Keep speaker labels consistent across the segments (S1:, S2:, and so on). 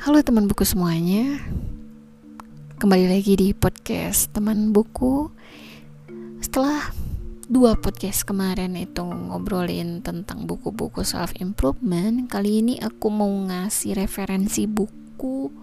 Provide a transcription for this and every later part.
S1: Halo teman buku semuanya, kembali lagi di podcast teman buku. Setelah 2 podcast kemarin itu ngobrolin tentang buku-buku self improvement, kali ini aku mau ngasih referensi buku.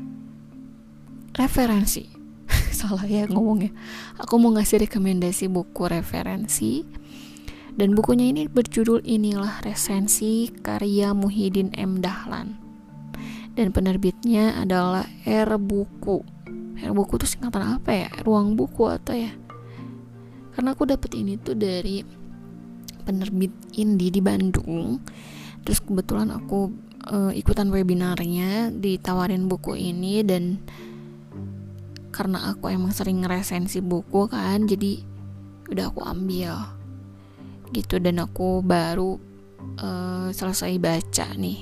S1: Salah ya ngomongnya. Aku mau ngasih rekomendasi buku referensi. Dan bukunya ini berjudul Inilah Resensi, karya Muhyiddin M. Dahlan. Dan penerbitnya adalah R Buku. R Buku itu singkatan apa ya? Ruang Buku atau ya? Karena aku dapet ini tuh dari penerbit indie di Bandung. Terus kebetulan aku ikutan webinarnya, ditawarin buku ini, dan karena aku emang sering ngeresensi buku kan, jadi udah aku ambil gitu. Dan aku baru selesai baca nih.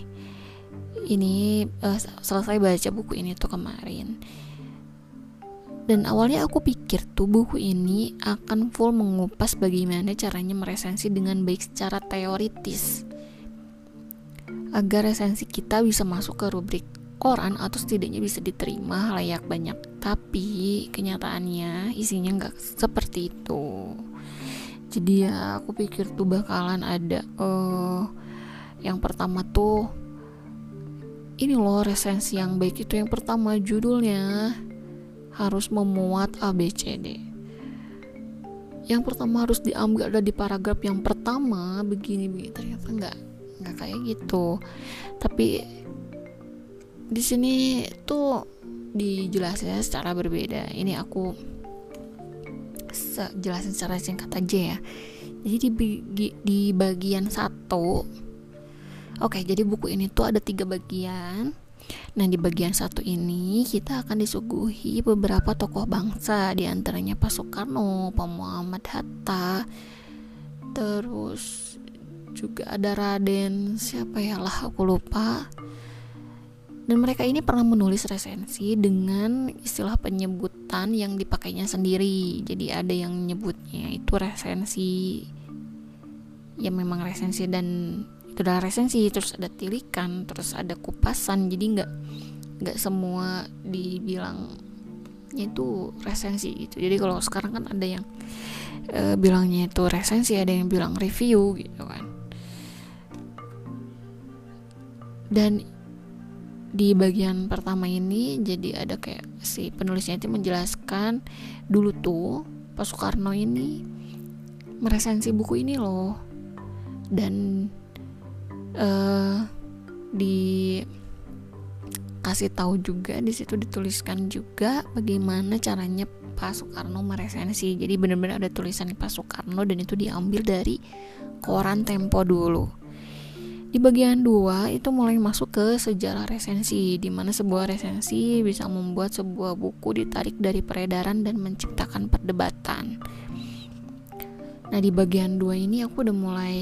S1: Selesai baca buku ini tuh kemarin. Dan awalnya aku pikir tuh buku ini akan full mengupas bagaimana caranya meresensi dengan baik secara teoritis, agar resensi kita bisa masuk ke rubrik koran atau setidaknya bisa diterima layak banyak. Tapi kenyataannya isinya gak seperti itu. Jadi ya aku pikir tuh bakalan ada yang pertama tuh, ini loh resensi yang baik itu yang pertama judulnya harus memuat ABCD. Yang pertama harus diambil ada di paragraf yang pertama begini. Ternyata nggak kayak gitu. Tapi di sini tuh dijelasin secara berbeda. Ini aku jelasin secara singkat aja ya. Jadi di bagian 1. Oke, jadi buku ini tuh ada 3 bagian. Nah, di bagian 1 ini kita akan disuguhi beberapa tokoh bangsa, di antaranya Pak Soekarno, Pak Muhammad Hatta, terus juga ada Raden siapa ya lah aku lupa. Dan mereka ini pernah menulis resensi dengan istilah penyebutan yang dipakainya sendiri. Jadi ada yang nyebutnya itu resensi, ya memang resensi, dan itu adalah resensi, terus ada tilikan, terus ada kupasan. Jadi nggak semua dibilangnya itu resensi gitu. Jadi kalau sekarang kan ada yang bilangnya itu resensi, ada yang bilang review gitu kan. Dan di bagian pertama ini jadi ada kayak si penulisnya itu menjelaskan dulu tuh Pak Soekarno ini meresensi buku ini loh. Dan dikasih tahu juga, di situ dituliskan juga bagaimana caranya Pak Soekarno meresensi. Jadi benar-benar ada tulisan Pak Soekarno dan itu diambil dari koran Tempo dulu. Di bagian 2 itu mulai masuk ke sejarah resensi, di mana sebuah resensi bisa membuat sebuah buku ditarik dari peredaran dan menciptakan perdebatan. Nah, di bagian 2 ini aku udah mulai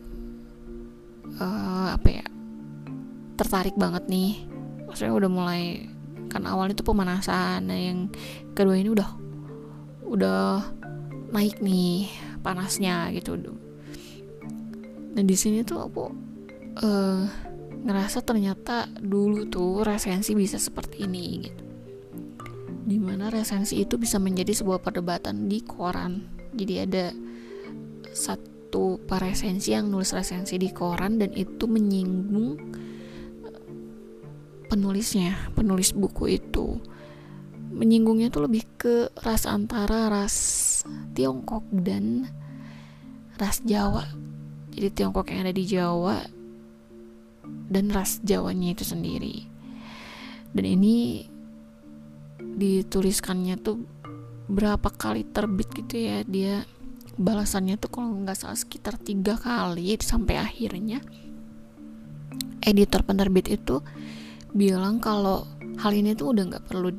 S1: tertarik banget nih. Maksudnya udah mulai, kan awalnya itu pemanasan. Nah, yang kedua ini udah naik nih panasnya gitu. Dan di sini tuh aku ngerasa ternyata dulu tuh resensi bisa seperti ini gitu. Dimana resensi itu bisa menjadi sebuah perdebatan di koran. Jadi ada satu resensi yang nulis resensi di koran dan itu menyinggung penulis buku itu. Menyinggungnya tuh lebih ke ras antara ras Tiongkok dan ras Jawa. Jadi Tiongkok yang ada di Jawa dan ras Jawanya itu sendiri. Dan ini dituliskannya tuh berapa kali terbit gitu ya. Dia balasannya tuh kalau nggak salah sekitar 3 kali, sampai akhirnya editor penerbit itu bilang kalau hal ini tuh udah nggak perlu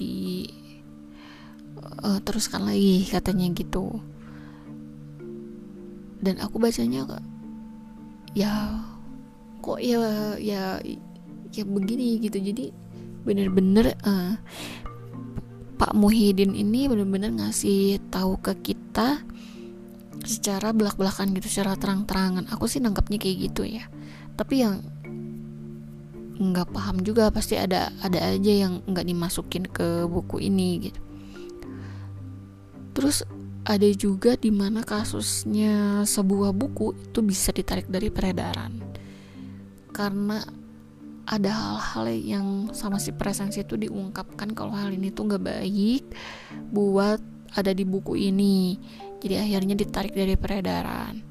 S1: teruskan lagi katanya gitu. Dan aku bacanya ya kok ya begini gitu. Jadi bener-bener Pak Muhyiddin ini bener-bener ngasih tahu ke kita secara belak-belakan gitu, secara terang-terangan. Aku sih nangkapnya kayak gitu ya. Tapi yang nggak paham juga, pasti ada aja yang nggak dimasukin ke buku ini gitu. Terus ada juga dimana kasusnya sebuah buku itu bisa ditarik dari peredaran karena ada hal-hal yang sama si Presensi itu diungkapkan kalau hal ini tuh nggak baik buat ada di buku ini, jadi akhirnya ditarik dari peredaran.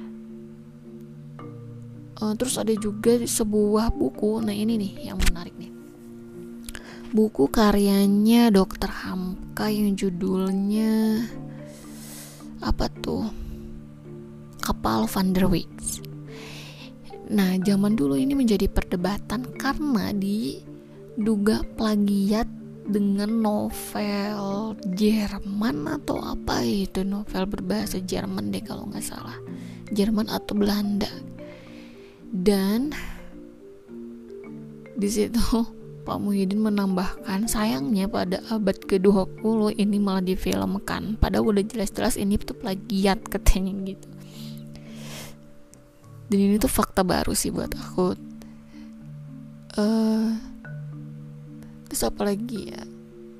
S1: Terus ada juga sebuah buku, nah ini nih yang menarik nih, buku karyanya Dr. Hamka yang judulnya apa tuh, Kapal Van der Weeks. Nah zaman dulu ini menjadi perdebatan karena diduga plagiat dengan novel Jerman atau apa itu, novel berbahasa Jerman deh kalau nggak salah, Jerman atau Belanda. Dan di situ Pak Muhyiddin menambahkan, sayangnya pada abad ke-20 ini malah difilmkan, padahal udah jelas-jelas ini tuh plagiat katanya gitu. Dan ini tuh fakta baru sih buat aku. Terus apa lagi ya,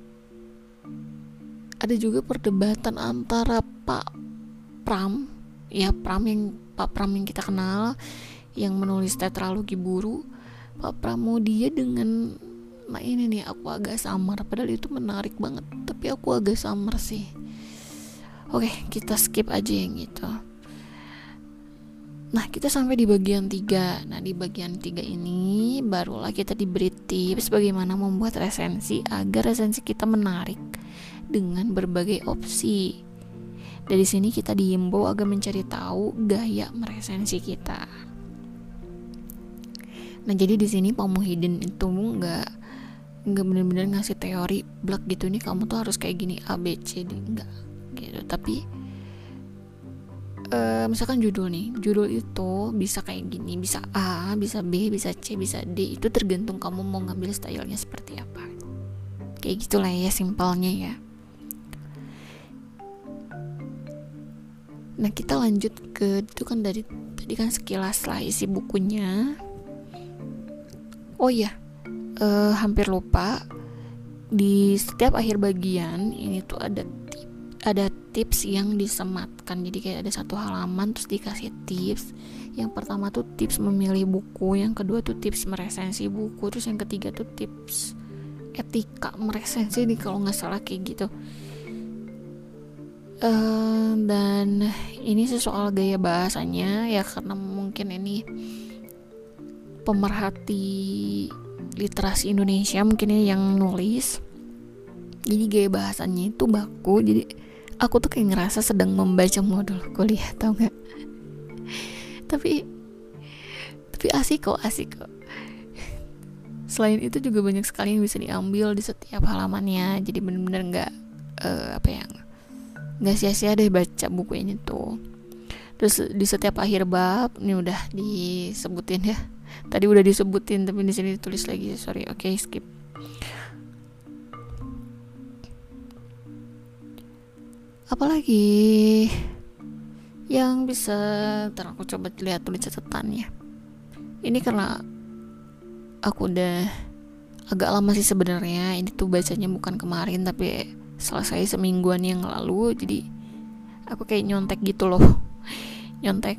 S1: ada juga perdebatan antara Pak Pram yang kita kenal, yang menulis tetralogi Buru, Pak Pramudia dengan, nah ini nih aku agak samar, padahal itu menarik banget tapi aku agak samar sih. Oke, kita skip aja yang itu. Nah kita sampai di bagian 3. Nah di bagian 3 ini barulah kita diberi tips bagaimana membuat resensi agar resensi kita menarik dengan berbagai opsi. Dari sini kita diimbau agar mencari tahu gaya meresensi kita. Nah jadi di sini Pak Muhyiddin itu nggak benar-benar ngasih teori blak gitu, nih kamu tuh harus kayak gini A B C D, enggak gitu. Tapi misalkan judul itu bisa kayak gini, bisa A, bisa B, bisa C, bisa D, itu tergantung kamu mau ngambil stylenya seperti apa. Kayak gitulah ya simpelnya ya. Nah kita lanjut ke itu kan, dari tadi kan sekilas lah isi bukunya. Oh iya, hampir lupa, di setiap akhir bagian ini tuh ada tips yang disematkan. Jadi kayak ada satu halaman terus dikasih tips. Yang pertama tuh tips memilih buku, yang kedua tuh tips meresensi buku, terus yang ketiga tuh tips etika meresensi nih kalau nggak salah kayak gitu. Dan ini soal gaya bahasanya ya, karena mungkin ini pemerhati literasi Indonesia mungkin ya yang nulis, jadi gaya bahasanya itu baku. Jadi aku tuh kayak ngerasa sedang membaca modul kuliah, tau gak? tapi asik kok. Selain itu juga banyak sekali yang bisa diambil di setiap halamannya, jadi benar-benar nggak sia-sia deh baca buku ini tuh. Terus di setiap akhir bab ini udah disebutin ya, tadi udah disebutin tapi di sini ditulis lagi, sorry. Oke, skip. Apalagi yang bisa, ntar aku coba lihat tulis catatannya. Ini karena aku udah agak lama sih sebenarnya, ini tuh bacanya bukan kemarin tapi selesai semingguan yang lalu, jadi aku kayak nyontek gitu loh, nyontek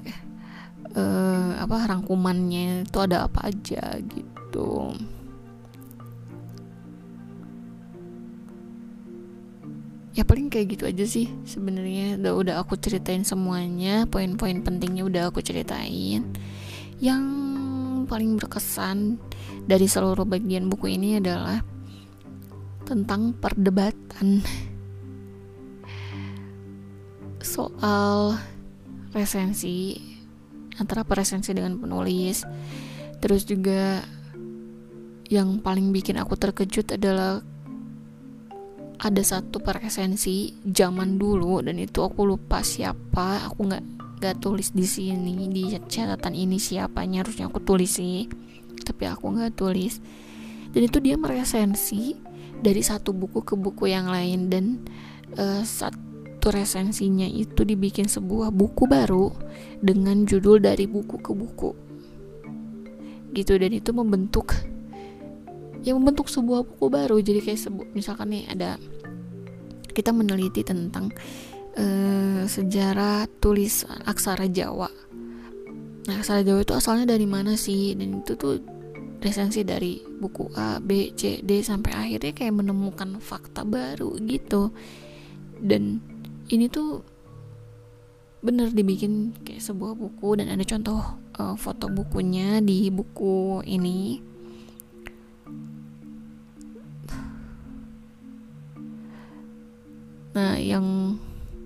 S1: rangkumannya itu ada apa aja gitu. Ya paling kayak gitu aja sih sebenarnya. Udah aku ceritain semuanya, poin-poin pentingnya udah aku ceritain. Yang paling berkesan dari seluruh bagian buku ini adalah tentang perdebatan soal resensi, antara peresensi dengan penulis. Terus juga yang paling bikin aku terkejut adalah ada satu peresensi zaman dulu, dan itu aku lupa siapa, aku nggak tulis di sini di catatan ini siapanya, harusnya aku tulis sih tapi aku nggak tulis. Dan itu dia meresensi dari satu buku ke buku yang lain, dan satu resensinya itu dibikin sebuah buku baru dengan judul dari buku ke buku gitu, dan itu membentuk yang membentuk sebuah buku baru. Jadi kayak misalkan nih ada, kita meneliti tentang sejarah tulis aksara Jawa. Nah, aksara Jawa itu asalnya dari mana sih? Dan itu tuh resensi dari buku A, B, C, D sampai akhirnya kayak menemukan fakta baru gitu. Dan ini tuh bener dibikin kayak sebuah buku, dan ada contoh foto bukunya di buku ini. Nah, yang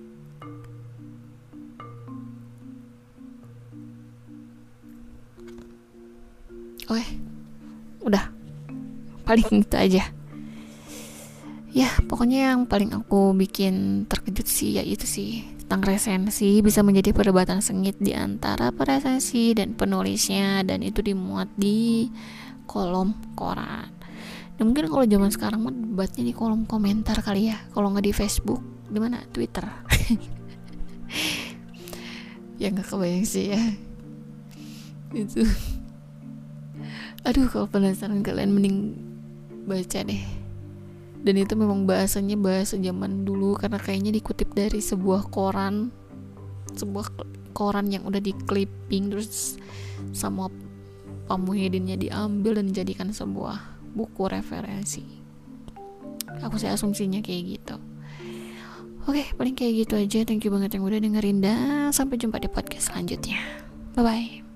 S1: udah paling itu aja ya. Pokoknya yang paling aku bikin terkejut sih ya itu sih, tentang resensi bisa menjadi perdebatan sengit di antara peresensi dan penulisnya, dan itu dimuat di kolom koran. Dan mungkin kalau zaman sekarang mah debatnya di kolom komentar kali ya, kalau nggak di Facebook di mana, Twitter. Ya nggak kebayang sih ya itu. Aduh, kalau penasaran kalian mending baca deh. Dan itu memang bahasanya bahasa zaman dulu, karena kayaknya dikutip dari sebuah koran yang udah di clipping terus sama Pak Muhyiddinnya diambil dan dijadikan sebuah buku referensi. Aku sih asumsinya kayak gitu. Oke, paling kayak gitu aja. Thank you banget yang udah dengerin, dan sampai jumpa di podcast selanjutnya. Bye bye.